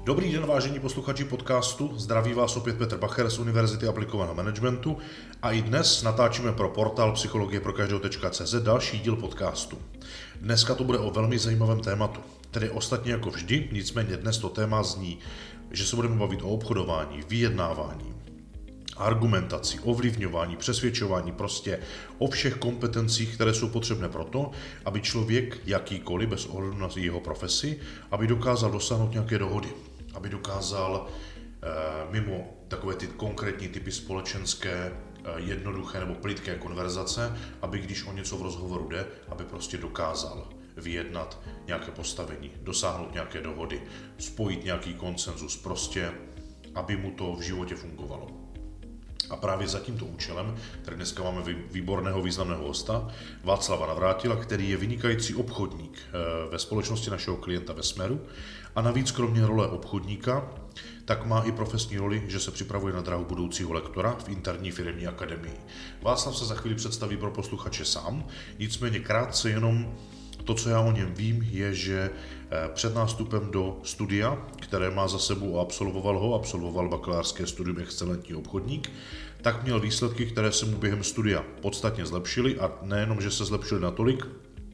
Dobrý den, vážení posluchači podcastu, zdraví vás opět Petr Bacher z Univerzity aplikovaného managementu a i dnes natáčíme pro portál psychologie-pro-každého.cz další díl podcastu. Dneska to bude o velmi zajímavém tématu, tedy ostatně jako vždy, nicméně dnes to téma zní, že se budeme bavit o obchodování, vyjednávání, argumentaci, ovlivňování, přesvědčování, prostě o všech kompetencích, které jsou potřebné pro to, aby člověk jakýkoliv, bez ohledu na jeho profesi, aby dokázal dosáhnout nějaké dohody, aby dokázal mimo takové ty konkrétní typy společenské, jednoduché nebo plitké konverzace, aby když o něco v rozhovoru jde, aby prostě dokázal vyjednat nějaké postavení, dosáhnout nějaké dohody, spojit nějaký konsenzus, prostě aby mu to v životě fungovalo. A právě za tímto účelem, tady dneska máme výborného významného hosta, Václava Navrátila, který je vynikající obchodník ve společnosti našeho klienta ve Smeru a navíc kromě role obchodníka, tak má i profesní roli, že se připravuje na dráhu budoucího lektora v interní firemní akademii. Václav se za chvíli představí pro posluchače sám, nicméně krátce jenom to, co já o něm vím, je, že před nástupem do studia, které má za sebou a absolvoval bakalářské studium excelentní obchodník, tak měl výsledky, které se mu během studia podstatně zlepšily a nejenom, že se zlepšily natolik,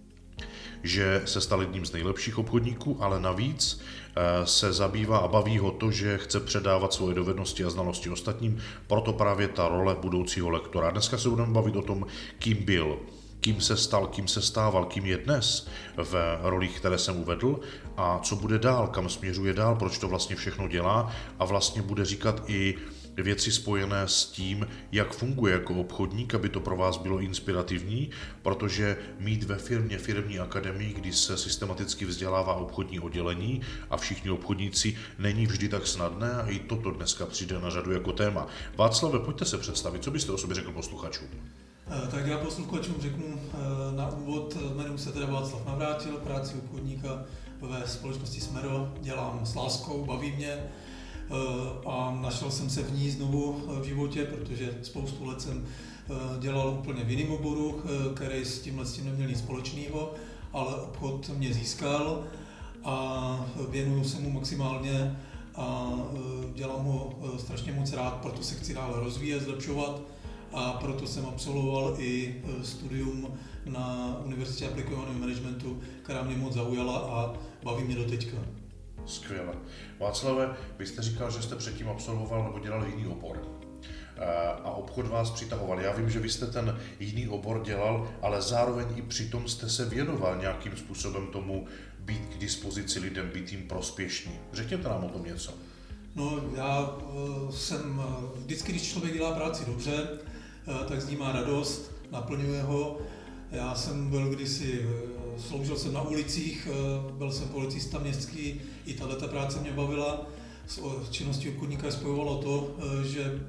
že se stal jedním z nejlepších obchodníků, ale navíc se zabývá a baví ho to, že chce předávat svoje dovednosti a znalosti ostatním, proto právě ta role budoucího lektora. Dneska se budeme bavit o tom, kým byl, kým se stal, kým se stával, kým je dnes v rolích, které jsem uvedl a co bude dál, kam směřuje dál, proč to vlastně všechno dělá a vlastně bude říkat i věci spojené s tím, jak funguje jako obchodník, aby to pro vás bylo inspirativní, protože mít ve firmní akademii, kdy se systematicky vzdělává obchodní oddělení a všichni obchodníci, není vždy tak snadné a i toto dneska přijde na řadu jako téma. Václave, pojďte se představit, co byste o sobě řekl posluchačům? Tak já posluchačům řeknu na úvod, jmenuji se teda Václav Navrátil, práci obchodníka ve společnosti Smero, dělám s láskou, baví mě a našel jsem se v ní znovu v životě, protože spoustu let jsem dělal úplně v jiném oboru, který s tím neměl nic společného, ale obchod mě získal a věnuju se mu maximálně a dělám ho strašně moc rád, proto se chci dále rozvíjet, zlepšovat. A proto jsem absolvoval i studium na Univerzitě aplikovaného managementu, která mě moc zaujala a baví mě doteďka. Skvěle. Václave, vy jste říkal, že jste předtím absolvoval nebo dělal jiný obor a obchod vás přitahoval. Já vím, že vy jste ten jiný obor dělal, ale zároveň i přitom jste se věnoval nějakým způsobem tomu být k dispozici lidem, být jim prospěšný. Řekněte nám o tom něco. No, já jsem vždycky, když člověk dělá práci dobře, tak z ní má radost, naplňuje ho. Já jsem byl kdysi, sloužil jsem na ulicích, byl jsem policista městský, i tato práce mě bavila. S činností obchodníka spojovalo to, že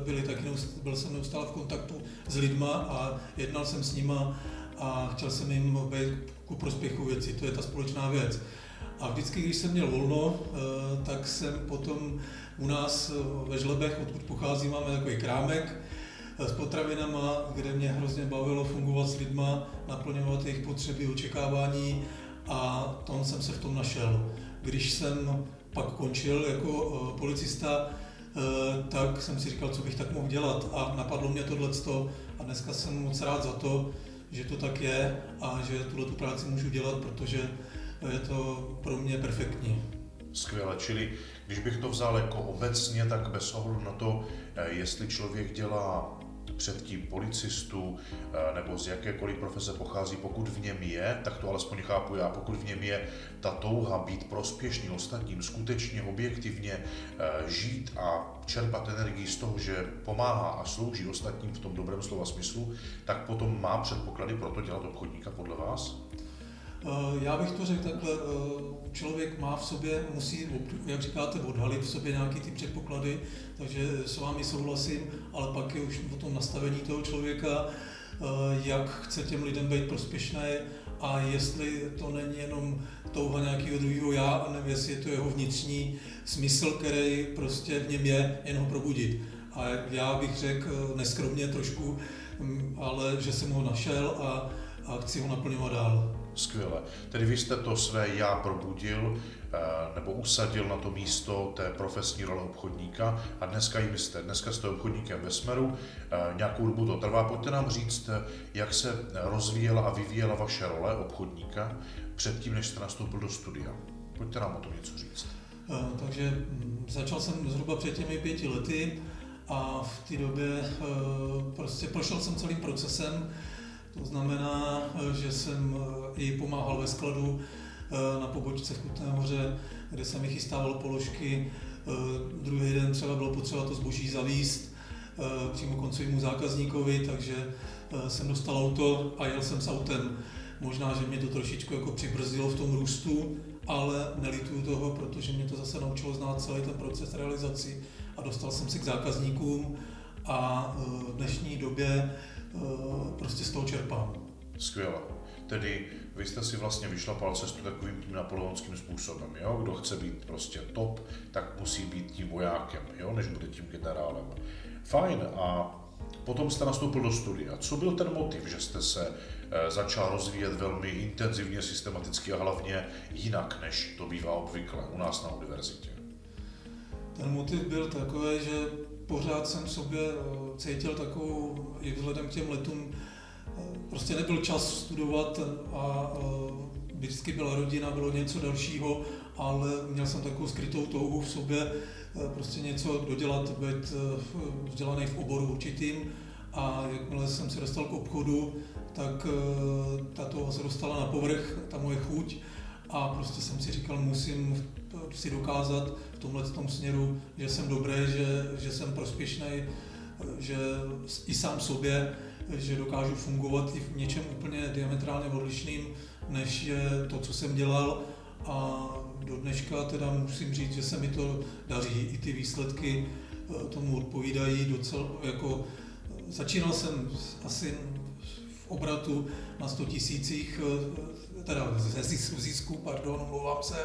byl jsem neustále v kontaktu s lidma a jednal jsem s nima a chtěl jsem jim být ku prospěchu věci, to je ta společná věc. A vždycky, když jsem měl volno, tak jsem potom u nás ve Žlebech, odkud pocházím, máme takový krámek s potravinama, kde mě hrozně bavilo fungovat s lidma, naplňovat jejich potřeby, očekávání a tom jsem se v tom našel. Když jsem pak končil jako policista, tak jsem si říkal, co bych tak mohl dělat a napadlo mě tohleto a dneska jsem moc rád za to, že to tak je a že tuto práci můžu dělat, protože je to pro mě perfektní. Skvěle, čili když bych to vzal jako obecně, tak bez ohledu na to, jestli člověk dělá předtím policistu nebo z jakékoliv profese pochází, pokud v něm je, tak to alespoň chápu já, pokud v něm je ta touha být prospěšný ostatním, skutečně objektivně žít a čerpat energii z toho, že pomáhá a slouží ostatním v tom dobrém slova smyslu, tak potom má předpoklady pro to dělat obchodníka podle vás? Já bych to řekl takhle, člověk má v sobě, musí, jak říkáte, odhalit v sobě nějaké ty předpoklady, takže s vámi souhlasím, ale pak je už o tom nastavení toho člověka, jak chce těm lidem být prospěšný a jestli to není jenom touha nějakého druhého já, nebo jestli je to jeho vnitřní smysl, který prostě v něm je, jen ho probudit. A já bych řekl neskromně trošku, ale že jsem ho našel a a chci ho naplňovat dál. Skvěle. Tedy vy jste to své já probudil nebo usadil na to místo té profesní role obchodníka a dneska jste obchodníkem ve Smeru. Nějakou dobu to trvá. Pojďte nám říct, jak se rozvíjela a vyvíjela vaše role obchodníka předtím, než jste nastoupil do studia. Pojďte nám o tom něco říct. Takže začal jsem zhruba před těmi 5 lety a v té době prostě prošel jsem celým procesem. To znamená, že jsem i pomáhal ve skladu na pobočce v Kutné Hoře, kde jsem vychystával položky. Druhý den třeba bylo potřeba to zboží zavízt přímo koncovému zákazníkovi, takže jsem dostal auto a jel jsem s autem. Možná, že mě to trošičku jako přibrzdilo v tom růstu, ale nelituju toho, protože mě to zase naučilo znát celý ten proces realizací a dostal jsem se k zákazníkům a v dnešní době prostě z toho čerpám. Skvěle. Tedy vy jste si vlastně vyšlapal cestu takovým tím napoleonským způsobem, jo? Kdo chce být prostě top, tak musí být tím vojákem, jo? Než bude tím generálem. Fajn, a potom jste nastoupil do studia. Co byl ten motiv, že jste se začal rozvíjet velmi intenzivně, systematicky a hlavně jinak, než to bývá obvykle u nás na univerzitě? Ten motiv byl takový, že pořád jsem v sobě cítil takovou, i vzhledem k těm letům, prostě nebyl čas studovat a vždycky byla rodina, bylo něco dalšího, ale měl jsem takovou skrytou touhu v sobě prostě něco dodělat, být vzdělaný v oboru určitým, a jakmile jsem se dostal k obchodu, tak ta touha se dostala na povrch, ta moje chuť, a prostě jsem si říkal, musím si dokázat v tomhletom směru, že jsem dobrý, že jsem prospěšný, že i sám sobě, že dokážu fungovat i v něčem úplně diametrálně odlišným, než je to, co jsem dělal, a do dneška teda musím říct, že se mi to daří, i ty výsledky tomu odpovídají docela, jako začínal jsem asi v obratu na 100 000, teda v zisku, omlouvám se,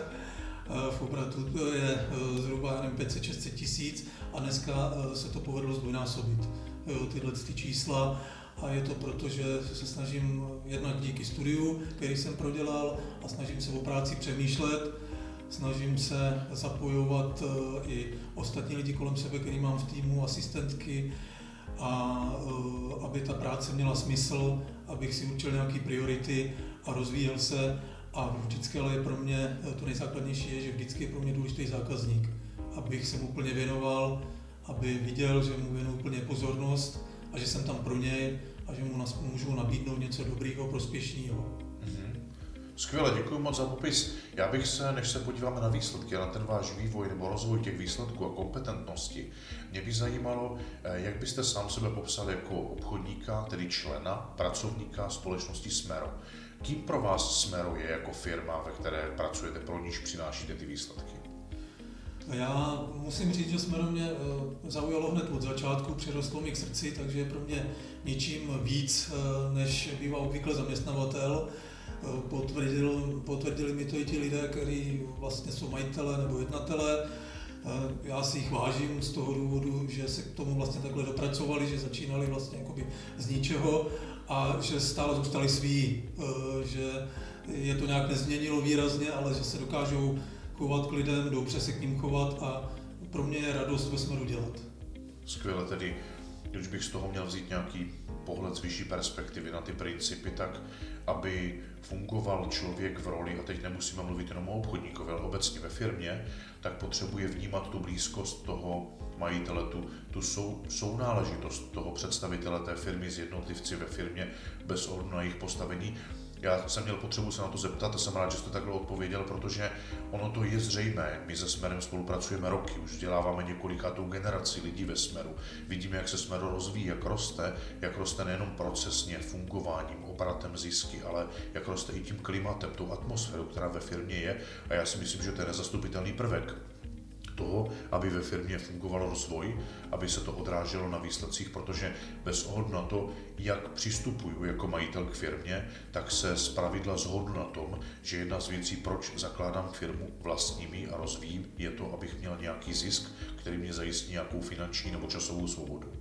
v obratu to je zhruba 500-600 tisíc a dneska se to povedlo zdvojnásobit, tyhle čísla, a je to proto, že se snažím jednak díky studiu, který jsem prodělal, a snažím se o práci přemýšlet, snažím se zapojovat i ostatní lidi kolem sebe, který mám v týmu, asistentky, a aby ta práce měla smysl, abych si určil nějaké priority a rozvíjel se. A vždycky ale je pro mě to nejzákladnější je, že vždycky je pro mě důležitý zákazník, abych se mu úplně věnoval, aby viděl, že mu věnuju úplně pozornost a že jsem tam pro něj a že mu můžu nabídnout něco dobrýho, prospěšného. Skvěle, děkuji moc za popis. Já bych se, než se podíváme na výsledky, na ten váš vývoj nebo rozvoj těch výsledků a kompetentnosti, mě by zajímalo, jak byste sám sebe popsal jako obchodníka, tedy člena, pracovníka společnosti Smero. Kým pro vás Smero je jako firma, ve které pracujete, pro níž přinášíte ty výsledky? Já musím říct, že Smero mě zaujalo hned od začátku, přirostlo mi k srdci, takže je pro mě ničím víc, než bývá obvykle zaměstnavatel. Potvrdili mi to i ti lidé, kteří vlastně jsou majitele nebo jednatelé. Já si jich vážím z toho důvodu, že se k tomu vlastně takhle dopracovali, že začínali vlastně jakoby z ničeho a že stále zůstali svý, že je to nějak nezměnilo výrazně, ale že se dokážou chovat k lidem, dobře se k ním chovat, a pro mě je radost ve Smeru dělat. Skvěle, tedy když bych z toho měl vzít nějaký pohled z vyšší perspektivy na ty principy, tak aby fungoval člověk v roli, a teď nemusíme mluvit jenom o obchodníkovi, ale obecně ve firmě, tak potřebuje vnímat tu blízkost toho majitele, tu sounáležitost toho představitele té firmy s jednotlivci ve firmě bez ohledu na jejich postavení. Já jsem měl potřebu se na to zeptat a jsem rád, že jste takhle odpověděl, protože ono to je zřejmé. My se Smerem spolupracujeme roky, už vzděláváme několikátou generaci lidí ve Smeru. Vidíme, jak se Smer rozvíjí, jak roste nejenom procesně, fungováním, obratem, zisky, ale jak roste i tím klimatem, tou atmosférou, která ve firmě je. A já si myslím, že to je nezastupitelný prvek toho, aby ve firmě fungoval rozvoj, aby se to odráželo na výsledcích, protože bez ohledu na to, jak přistupuju jako majitel k firmě, tak se zpravidla shodnu na tom, že jedna z věcí, proč zakládám firmu vlastními a rozvíjím, je to, abych měl nějaký zisk, který mě zajistí nějakou finanční nebo časovou svobodu.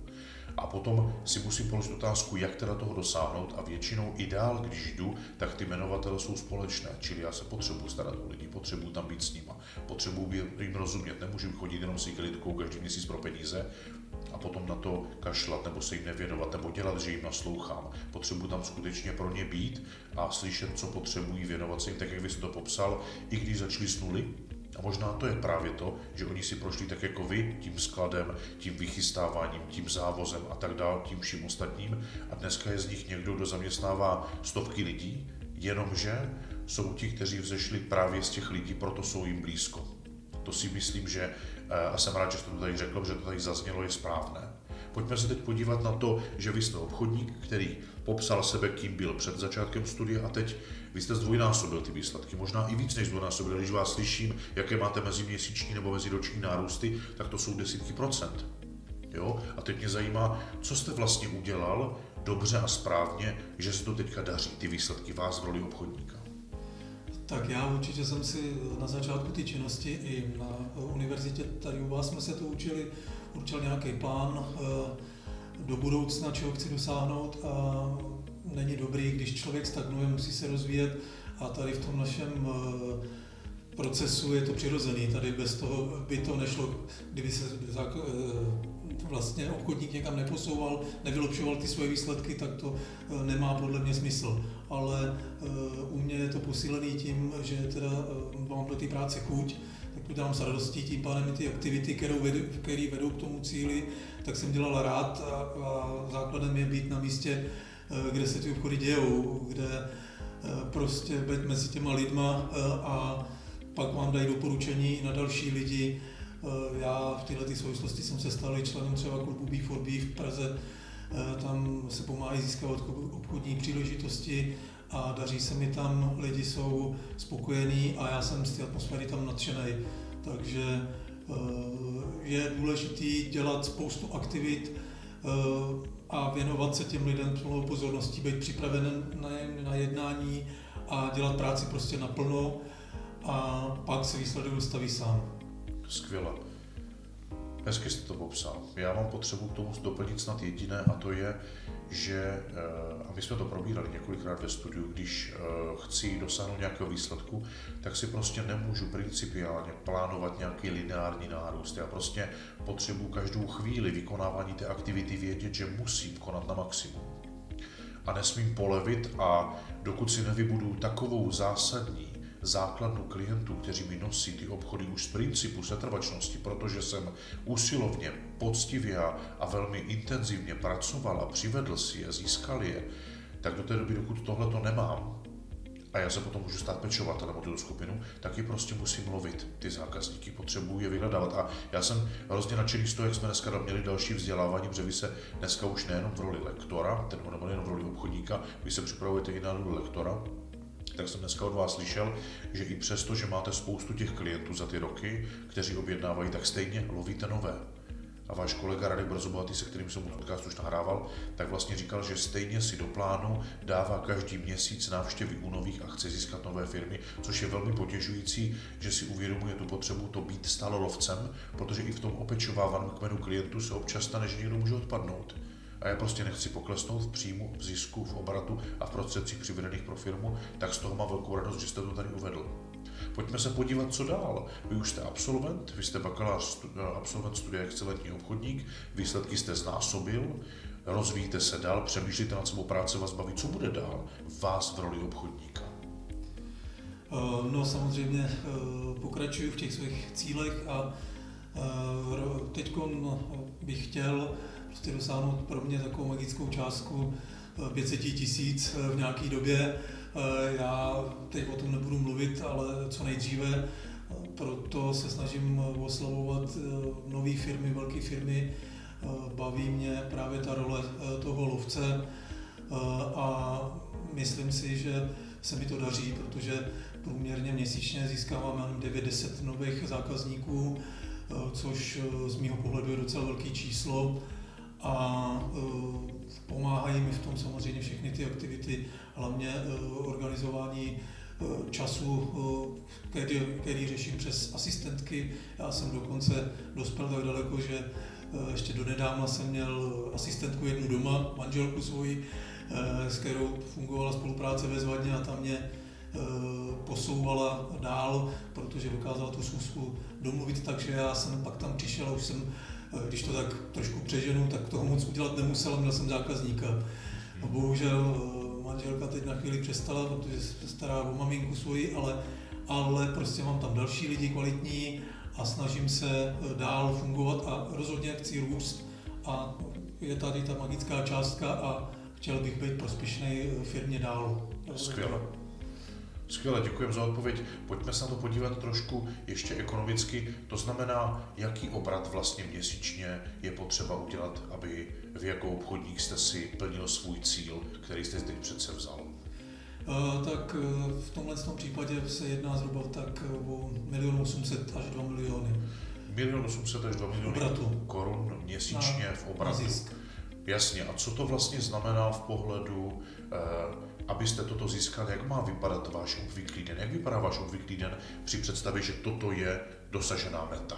A potom si musím položit otázku, jak teda toho dosáhnout a většinou ideál, když jdu, tak ty jmenovatele jsou společné, čili já se potřebuji starat o lidi, potřebuji tam být s nima, potřebuji jim rozumět, nemůžu chodit jenom s igelitkou každý měsíc pro peníze a potom na to kašlat nebo se jim nevěnovat nebo dělat, že jim naslouchám. Potřebuji tam skutečně pro ně být a slyšet, co potřebují, věnovat se jim, tak jak vy jste to popsal, i když začali s nuly. A možná to je právě to, že oni si prošli tak jako vy, tím skladem, tím vychystáváním, tím závozem a tak dál, tím vším ostatním. A dneska je z nich někdo, kdo zaměstnává stovky lidí, jenomže jsou ti, kteří vzešli právě z těch lidí, proto jsou jim blízko. To si myslím, že, a jsem rád, že jste to tady řekl, že to tady zaznělo, je správné. Pojďme se teď podívat na to, že vy jste obchodník, který popsal sebe, kým byl před začátkem studia a teď vy jste zdvojnásobil ty výsledky, možná i víc než zdvojnásobil. Když vás slyším, jaké máte meziměsíční nebo meziroční nárůsty, tak to jsou desítky procent. Jo? A teď mě zajímá, co jste vlastně udělal dobře a správně, že se to teďka daří, ty výsledky vás v roli obchodníka. Tak já určitě jsem si na začátku ty činnosti i na univerzitě tady u vás jsme se to učili, určil nějaký plán do budoucna, čeho chci dosáhnout a není dobrý, když člověk stagnuje, musí se rozvíjet a tady v tom našem procesu je to přirozený. Tady bez toho by to nešlo, kdyby se vlastně obchodník někam neposouval, nevylepšoval ty svoje výsledky, tak to nemá podle mě smysl. Ale u mě je to posílený tím, že teda mám do té práce chuť, tak to dělám s radostí, tím pádem ty aktivity, které vedou k tomu cíli, tak jsem dělal rád a základem je být na místě, kde se ty obchody dějou, kde prostě být mezi těma lidma a pak vám dají doporučení na další lidi. Já v této souvislosti jsem se stal členem třeba klubu B4B v Praze, tam se pomáhají získávat obchodní příležitosti a daří se mi tam, lidi jsou spokojení a já jsem z té atmosféry tam nadšenej. Takže je důležité dělat spoustu aktivit a věnovat se těm lidem plnou pozorností, být připraven na jednání a dělat práci prostě naplno a pak se výsledek dostaví sám. Skvěle. Hezky jste to popsal. Já mám potřebu k tomu doplnit snad jediné a to je, že, a my jsme to probírali několikrát ve studiu, když chci dosáhnout nějakého výsledku, tak si prostě nemůžu principiálně plánovat nějaký lineární nárůst. Já prostě potřebuji každou chvíli vykonávání té aktivity vědět, že musím konat na maximum. A nesmím polevit a dokud si nevybudu takovou zásadní základnu klientů, kteří mi nosí ty obchody už z principu setrvačnosti, protože jsem usilovně, poctivě a velmi intenzivně pracoval a přivedl si je, získal je, tak do té doby, dokud tohle to nemám, a já se potom můžu stát pečovatelem o tuto skupinu, tak ji prostě musím lovit. Ty zákazníky potřebuji je vyhledávat. A já jsem hrozně nadšený z toho, jak jsme dneska měli další vzdělávání, protože vy se dneska už nejenom v roli lektora, nebo nejenom v roli obchodníka, vy se připravujete i na roli lektora, tak jsem dneska od vás slyšel, že i přesto, že máte spoustu těch klientů za ty roky, kteří objednávají, tak stejně lovíte nové. A váš kolega Radek Brzobohatý, se kterým jsem podcast už nahrával, tak vlastně říkal, že stejně si do plánu dává každý měsíc návštěvy u nových a chce získat nové firmy, což je velmi potěžující, že si uvědomuje tu potřebu to být stále lovcem, protože i v tom opečovávaném kmenu klientů se občas stane, že někdo může odpadnout. A já prostě nechci poklesnout v příjmu, v zisku, v obratu a v prostředcích přivedených pro firmu, tak z toho mám velkou radost, že jste to tady uvedl. Pojďme se podívat, co dál. Vy už jste absolvent, vy jste bakalář, absolvent studia excelentní obchodník, výsledky jste znásobil, rozvíjíte se dál, přemýšlíte nad sebou, práce vás baví. Co bude dál vás v roli obchodníka? No samozřejmě pokračuju v těch svých cílech a teď bych chtěl prostě dosáhnout pro mě takovou magickou částku 500 000 v nějaké době. Já teď o tom nebudu mluvit, ale co nejdříve, proto se snažím oslavovat nové firmy, velké firmy. Baví mě právě ta role toho lovce a myslím si, že se mi to daří, protože průměrně měsíčně získávám 9-10 nových zákazníků, což z mého pohledu je docela velké číslo a pomáhají mi v tom samozřejmě všechny ty aktivity, hlavně organizování času, který řeším přes asistentky. Já jsem dokonce dospěl tak daleko, že Ještě donedávna jsem měl asistentku jednu doma, manželku svoji, s kterou fungovala spolupráce bezvadně a ta mě posouvala dál, protože dokázala tu schůzku domluvit, takže já jsem pak tam přišel a už jsem, když to tak trošku přeženu, tak toho moc udělat nemusel, měl jsem zákazníka. A bohužel manželka teď na chvíli přestala, protože se stará o maminku svoji, ale prostě mám tam další lidi kvalitní a snažím se dál fungovat a rozhodně chci růst a je tady ta magická částka a chtěl bych být prospěšný firmě dál. Skvěle. Skvěle, děkuji za odpověď. Pojďme se na to podívat trošku ještě ekonomicky. To znamená, jaký obrat vlastně měsíčně je potřeba udělat, aby vy jako obchodník jste si plnil svůj cíl, který jste teď přece vzal? Tak v tomhle případě se jedná zhruba tak o 1 800 000 až 2 miliony. 1 800 000 až 2 miliony korun měsíčně v obratu. Jasně, a co to vlastně znamená v pohledu, abyste toto získali, jak má vypadat váš obvyklý den? Jak vypadá váš obvyklý den při představě, že toto je dosažená meta?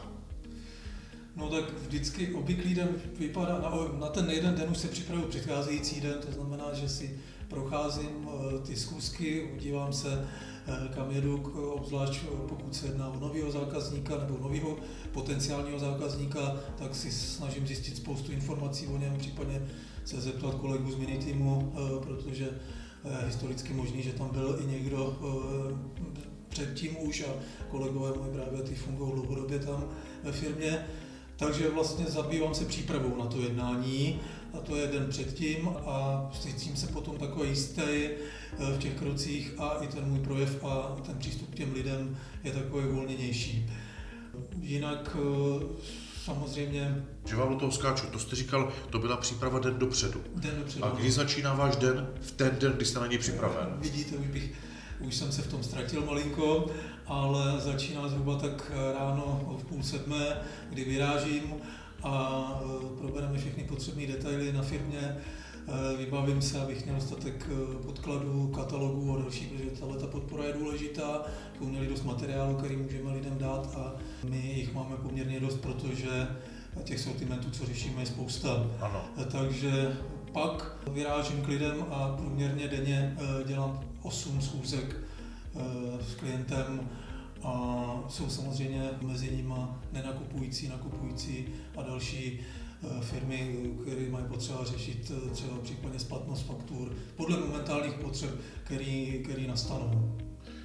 No tak vždycky obvyklý den vypadá, na ten jeden den už se připravuji předcházející den, to znamená, že si procházím ty schůzky, dívám se, kam jedu, obzvlášť pokud se jedná o nového zákazníka nebo nového potenciálního zákazníka, tak si snažím zjistit spoustu informací o něm, případně se zeptat kolegů z minitýmu, protože je historicky možný, že tam byl i někdo předtím už a kolegové moji právě ty fungují dlouhodobě tam ve firmě. Takže vlastně zabývám se přípravou na to jednání a to je den předtím a cítím se potom takový jistý v těch krocích a i ten můj projev a ten přístup k těm lidem je takový uvolněnější. Jinak samozřejmě... Že vám do toho skáču, to jste říkal, to byla příprava den dopředu. Den dopředu. A kdy začíná váš den? V ten den, kdy jste na něj připraven? Vidíte, už jsem se v tom ztratil malinko, ale začíná zhruba tak ráno v 6:30, kdy vyrážím a probereme všechny potřebné detaily na firmě, vybavím se, abych měl dostatek podkladů, katalogů a další, protože ta podpora je důležitá, abychom měli dost materiálu, který můžeme lidem dát a my jich máme poměrně dost, protože těch sortimentů, co řešíme, je spousta. Ano. Takže pak vyrážím k lidem a průměrně denně dělám 8 schůzek s klientem a jsou samozřejmě mezi nimi nenakupující, nakupující a další firmy, které mají potřeba řešit třeba případně splatnost faktur podle momentálních potřeb, které nastanou.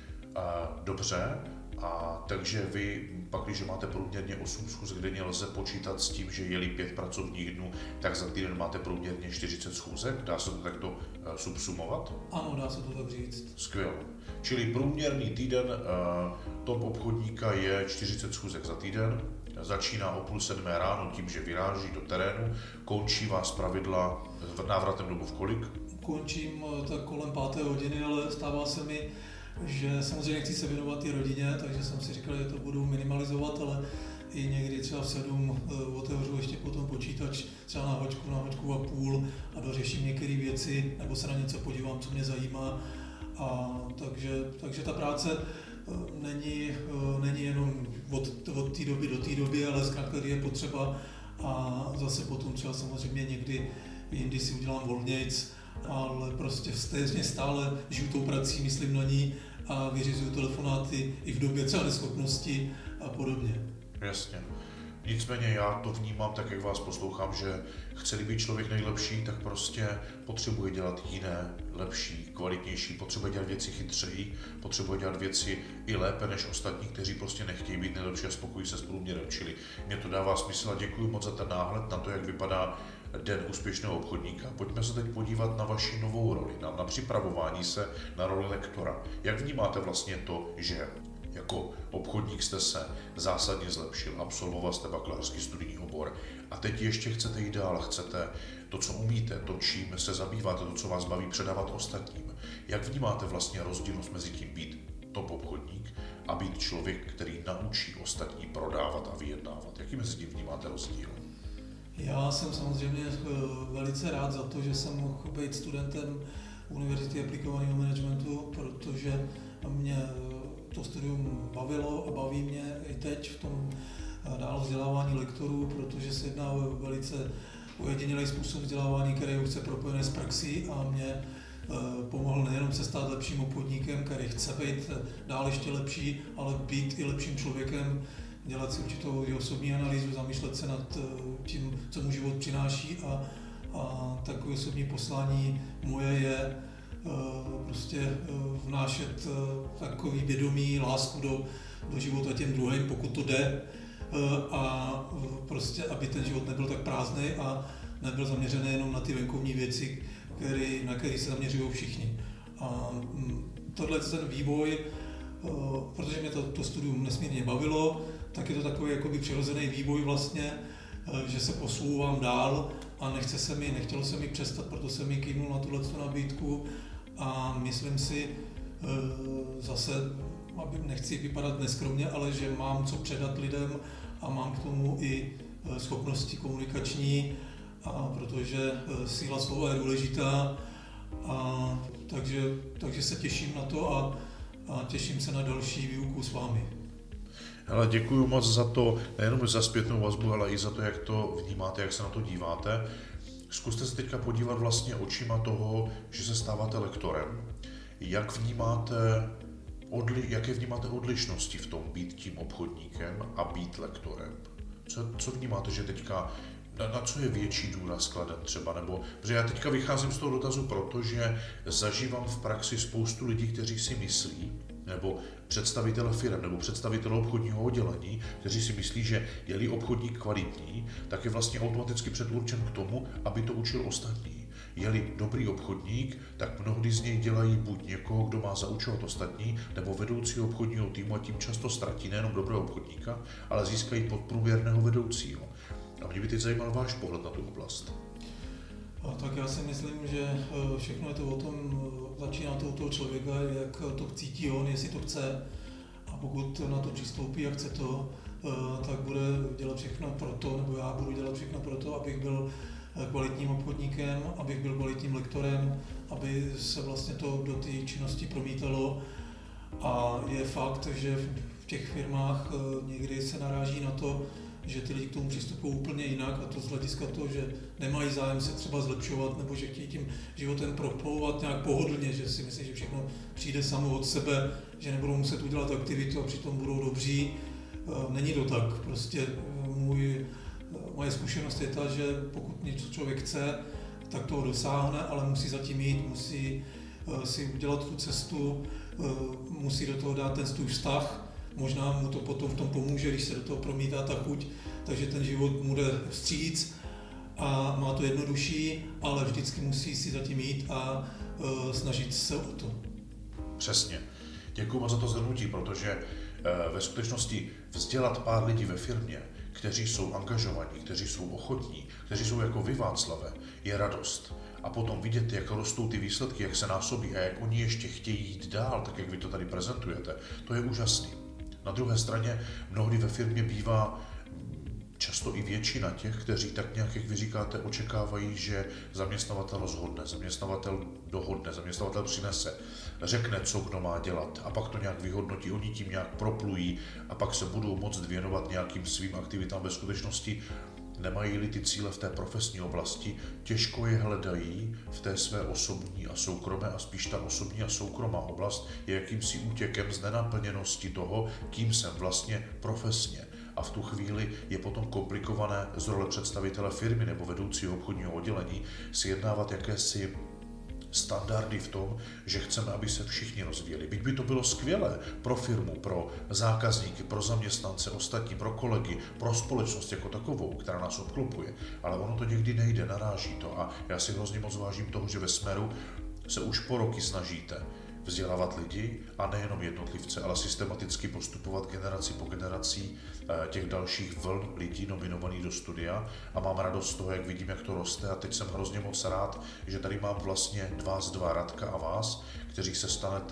Dobře. A takže vy, pak když máte průměrně 8 schůzek denně, lze počítat s tím, že je-li 5 pracovních dnů, tak za týden máte průměrně 40 schůzek? Dá se to takto subsumovat? Ano, dá se to tak říct. Skvěle. Čili průměrný týden top obchodníka je 40 schůzek za týden, začíná o 6:30 ráno tím, že vyráží do terénu, končí vás pravidla návratem domů v kolik? Končím tak kolem 5. hodiny, ale stává se mi, že samozřejmě chci se věnovat i rodině, takže jsem si říkal, že to budu minimalizovat, ale i někdy třeba v 7 otevřu ještě potom počítač třeba na hoďku a půl a dořeším některé věci, nebo se na něco podívám, co mě zajímá. A takže ta práce není jenom od té doby do té doby, ale zkrátka, kdy je potřeba a zase potom třeba samozřejmě někdy jindy si udělám volnějc, ale prostě stejně stále žiju tou prací, myslím na ní a vyřizuju telefonáty i v době třeba neschopnosti a podobně. Jasně. Nicméně já to vnímám tak, jak vás poslouchám, že chce-li být člověk nejlepší, tak prostě potřebuje dělat jiné, lepší, kvalitnější, potřebuje dělat věci chytřejí, potřebuje dělat věci i lépe než ostatní, kteří prostě nechtějí být nejlepší a spokojí se s průměrem. Čili mě to dává smysl a děkuji moc za ten náhled na to, jak vypadá den úspěšného obchodníka. Pojďme se teď podívat na vaši novou roli, na připravování se na roli lektora. Jak vnímáte vlastně to, že jako obchodník jste se zásadně zlepšil, absolvoval jste bakalářský studijní obor a teď ještě chcete jít dál, chcete to, co umíte, to, čím se zabýváte, to, co vás baví, předávat ostatním. Jak vnímáte vlastně rozdílnost mezi tím být top obchodník a být člověk, který naučí ostatní prodávat a vyjednávat? Jaký mezi tím vnímáte rozdíl? Já jsem samozřejmě velice rád za to, že jsem mohl být studentem Univerzity aplikovaného managementu, protože mě to studium bavilo a baví mě i teď v tom dál vzdělávání lektorů, protože se jedná o velice ojedinělý způsob vzdělávání, který je úzce propojený s praxí a mě pomohl nejenom se stát lepším obchodníkem, který chce být dál ještě lepší, ale být i lepším člověkem, dělat si určitou osobní analýzu, zamýšlet se nad tím, co mu život přináší a takové osobní poslání moje je prostě vnášet takový vědomí, lásku do života těm druhým, pokud to jde, a prostě, aby ten život nebyl tak prázdný a nebyl zaměřený jenom na ty venkovní věci, na které se zaměřují všichni. A tohle ten vývoj, protože mě to studium nesmírně bavilo, tak je to takový jakoby přirozený vývoj vlastně, že se posouvám dál a nechtělo se mi přestat, proto jsem mi kývnul na tuhletu nabídku a myslím si zase, nechci vypadat neskromně, ale že mám co předat lidem a mám k tomu i schopnosti komunikační, a protože síla slova je důležitá, takže se těším na to a těším se na další výuku s vámi. Hele, děkuji moc za to, nejenom za zpětnou vazbu, ale i za to, jak to vnímáte, jak se na to díváte. Zkuste se teďka podívat vlastně očima toho, že se stáváte lektorem. Jaké vnímáte odlišnosti v tom být tím obchodníkem a být lektorem? Co vnímáte, že teďka, na co je větší důraz kladen třeba, nebo, protože já teďka vycházím z toho dotazu, protože zažívám v praxi spoustu lidí, kteří si myslí, nebo představitele firem, nebo představitele obchodního oddělení, kteří si myslí, že je-li obchodník kvalitní, tak je vlastně automaticky předurčen k tomu, aby to učil ostatní. Je-li dobrý obchodník, tak mnohdy z něj dělají buď někoho, kdo má zaučovat ostatní, nebo vedoucí obchodního týmu a tím často ztratí nejenom dobrého obchodníka, ale získají podprůměrného vedoucího. A mě by teď zajímal váš pohled na tu oblast. Tak já si myslím, že všechno je to o tom, začíná to u toho člověka, jak to cítí on, jestli to chce. A pokud na to přistoupí a chce to, tak bude dělat všechno pro to, nebo já budu dělat všechno pro to, abych byl kvalitním obchodníkem, abych byl kvalitním lektorem, aby se vlastně to do té činnosti promítalo. A je fakt, že v těch firmách někdy se naráží na to, že ty lidi k tomu přistupují úplně jinak, a to z hlediska toho, že nemají zájem se třeba zlepšovat, nebo že chtějí tím životem proplouvat nějak pohodlně, že si myslí, že všechno přijde samo od sebe, že nebudou muset udělat aktivitu a přitom budou dobří. Není to tak. Prostě moje zkušenost je ta, že pokud něco člověk chce, tak toho dosáhne, ale musí zatím jít, musí si udělat tu cestu, musí do toho dát ten svůj vztah. Možná mu to potom v tom pomůže, když se do toho promítá ta chuť, takže ten život mu jde vstříc a má to jednodušší, ale vždycky musí si zatím jít a snažit se o to. Přesně. Děkuji moc za to shrnutí, protože ve skutečnosti vzdělat pár lidí ve firmě, kteří jsou angažovaní, kteří jsou ochotní, kteří jsou jako vy, Václave, je radost. A potom vidět, jak rostou ty výsledky, jak se násobí a jak oni ještě chtějí jít dál, tak jak vy to tady prezentujete, to je úžasný. Na druhé straně mnohdy ve firmě bývá často i většina těch, kteří tak nějak, jak vy říkáte, očekávají, že zaměstnavatel rozhodne, zaměstnavatel dohodne, zaměstnavatel přinese, řekne, co kdo má dělat a pak to nějak vyhodnotí, oni tím nějak proplují a pak se budou moct věnovat nějakým svým aktivitám. Ve skutečnosti nemají-li ty cíle v té profesní oblasti, těžko je hledají v té své osobní a soukromé a spíš ta osobní a soukromá oblast je jakýmsi útěkem z nenaplněnosti toho, kým jsem vlastně profesně. A v tu chvíli je potom komplikované z role představitele firmy nebo vedoucího obchodního oddělení sjednávat jakési standardy v tom, že chceme, aby se všichni rozvíjeli. Byť by to bylo skvělé pro firmu, pro zákazníky, pro zaměstnance, ostatní, pro kolegy, pro společnost jako takovou, která nás obklopuje. Ale ono to někdy nejde, naráží to a já si hrozně moc vážím toho, že ve Smeru se už po roky snažíte vzdělávat lidi a nejenom jednotlivce, ale systematicky postupovat generaci po generací těch dalších vln lidí nominovaných do studia a mám radost z toho, jak vidím, jak to roste a teď jsem hrozně moc rád, že tady mám vlastně dva, Radka a vás, kteří se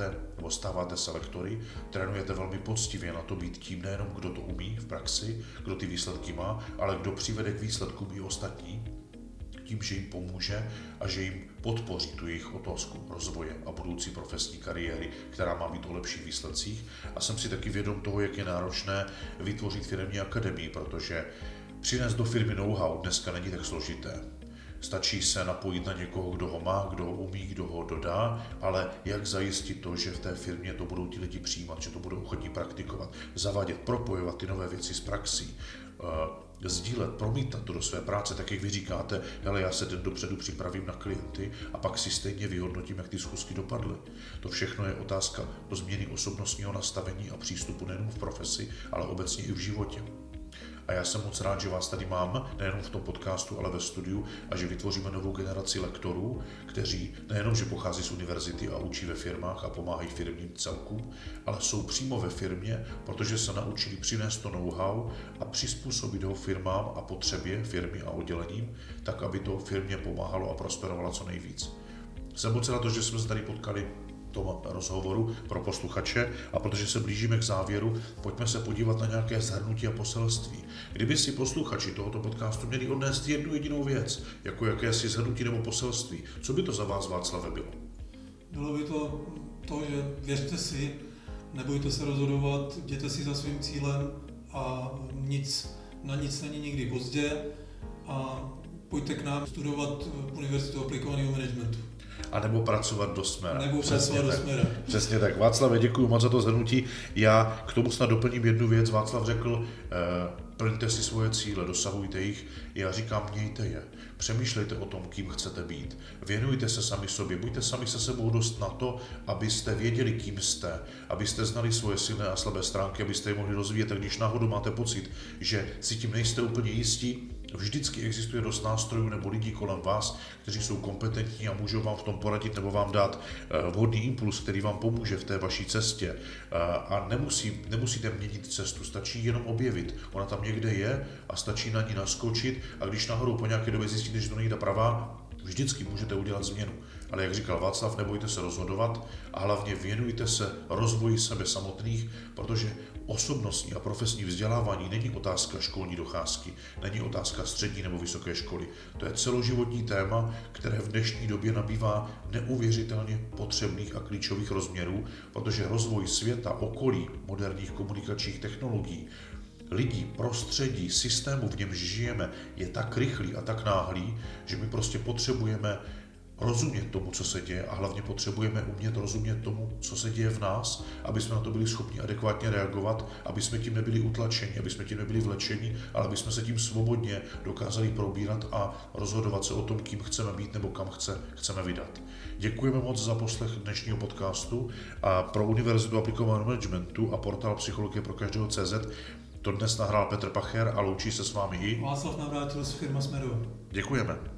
stáváte se lektory, trénujete velmi poctivě na to být tím nejenom, kdo to umí v praxi, kdo ty výsledky má, ale kdo přivede k výsledkům i ostatní. tím, že jim pomůže a že jim podpoří tu jejich otázku rozvoje a budoucí profesní kariéry, která má být o lepších výsledcích. A jsem si taky vědom toho, jak je náročné vytvořit firemní akademii, protože přinést do firmy know-how dneska není tak složité. Stačí se napojit na někoho, kdo ho má, kdo ho umí, kdo ho dodá, ale jak zajistit to, že v té firmě to budou ti lidi přijímat, že to budou ochotní praktikovat, zavádět, propojovat ty nové věci s praxí, sdílet, promítat to do své práce, tak jak vy říkáte, hele, já se den dopředu připravím na klienty a pak si stejně vyhodnotím, jak ty schůzky dopadly. To všechno je otázka do změny osobnostního nastavení a přístupu nejen v profesi, ale obecně i v životě. A já jsem moc rád, že vás tady mám, nejenom v tom podcastu, ale ve studiu a že vytvoříme novou generaci lektorů, kteří nejenom, že pochází z univerzity a učí ve firmách a pomáhají firmním celkům, ale jsou přímo ve firmě, protože se naučili přinést to know-how a přizpůsobit ho firmám a potřebě firmy a oddělením, tak, aby to firmě pomáhalo a prosperovalo co nejvíc. Jsem moc rád, že jsme se tady potkali tom rozhovoru pro posluchače a protože se blížíme k závěru, pojďme se podívat na nějaké shrnutí a poselství. Kdyby si posluchači tohoto podcastu měli odnést jednu jedinou věc, jako jakési shrnutí nebo poselství, co by to za vás, Václave, bylo? Bylo by to, že věřte si, nebojte se rozhodovat, jděte si za svým cílem a na nic není nikdy pozdě a pojďte k nám studovat Univerzitu aplikovaného managementu. A nebo pracovat do Smera. Nebo pracovat do Smera. Přesně tak. Václave, děkuji moc za to shrnutí. Já k tomu snad doplním jednu věc. Václav řekl, plňte si svoje cíle, dosahujte jich. Já říkám, mějte je. Přemýšlejte o tom, kým chcete být. Věnujte se sami sobě. Buďte sami se sebou dost na to, abyste věděli, kým jste, abyste znali svoje silné a slabé stránky, abyste je mohli rozvíjet. A když náhodou máte pocit, že si tím nejste úplně jistí, vždycky existuje dost nástrojů nebo lidí kolem vás, kteří jsou kompetentní a můžou vám v tom poradit nebo vám dát vhodný impuls, který vám pomůže v té vaší cestě. A nemusíte měnit cestu, stačí jenom objevit. Ona tam někde je a stačí na ní naskočit a když náhodou po nějaké době zjistíte, že to není ta pravá, vždycky můžete udělat změnu. Ale jak říkal Václav, nebojte se rozhodovat a hlavně věnujte se rozvoji sebe samotných, protože osobnostní a profesní vzdělávání není otázka školní docházky, není otázka střední nebo vysoké školy. To je celoživotní téma, které v dnešní době nabývá neuvěřitelně potřebných a klíčových rozměrů, protože rozvoj světa, okolí, moderních komunikačních technologií, lidí, prostředí, systému, v němž žijeme, je tak rychlý a tak náhlý, že my prostě potřebujeme rozumět tomu, co se děje a hlavně potřebujeme umět rozumět tomu, co se děje v nás, aby jsme na to byli schopni adekvátně reagovat, aby jsme tím nebyli utlačeni, aby jsme tím nebyli vlečeni, ale aby jsme se tím svobodně dokázali probírat a rozhodovat se o tom, kým chceme být nebo kam chceme vydat. Děkujeme moc za poslech dnešního podcastu a pro Univerzitu aplikovaného managementu a portál Psychologie pro každého CZ to dnes nahrál Petr Pacher a loučí se s vámi i Václav Navrátil z firma Smeru. Děkujeme.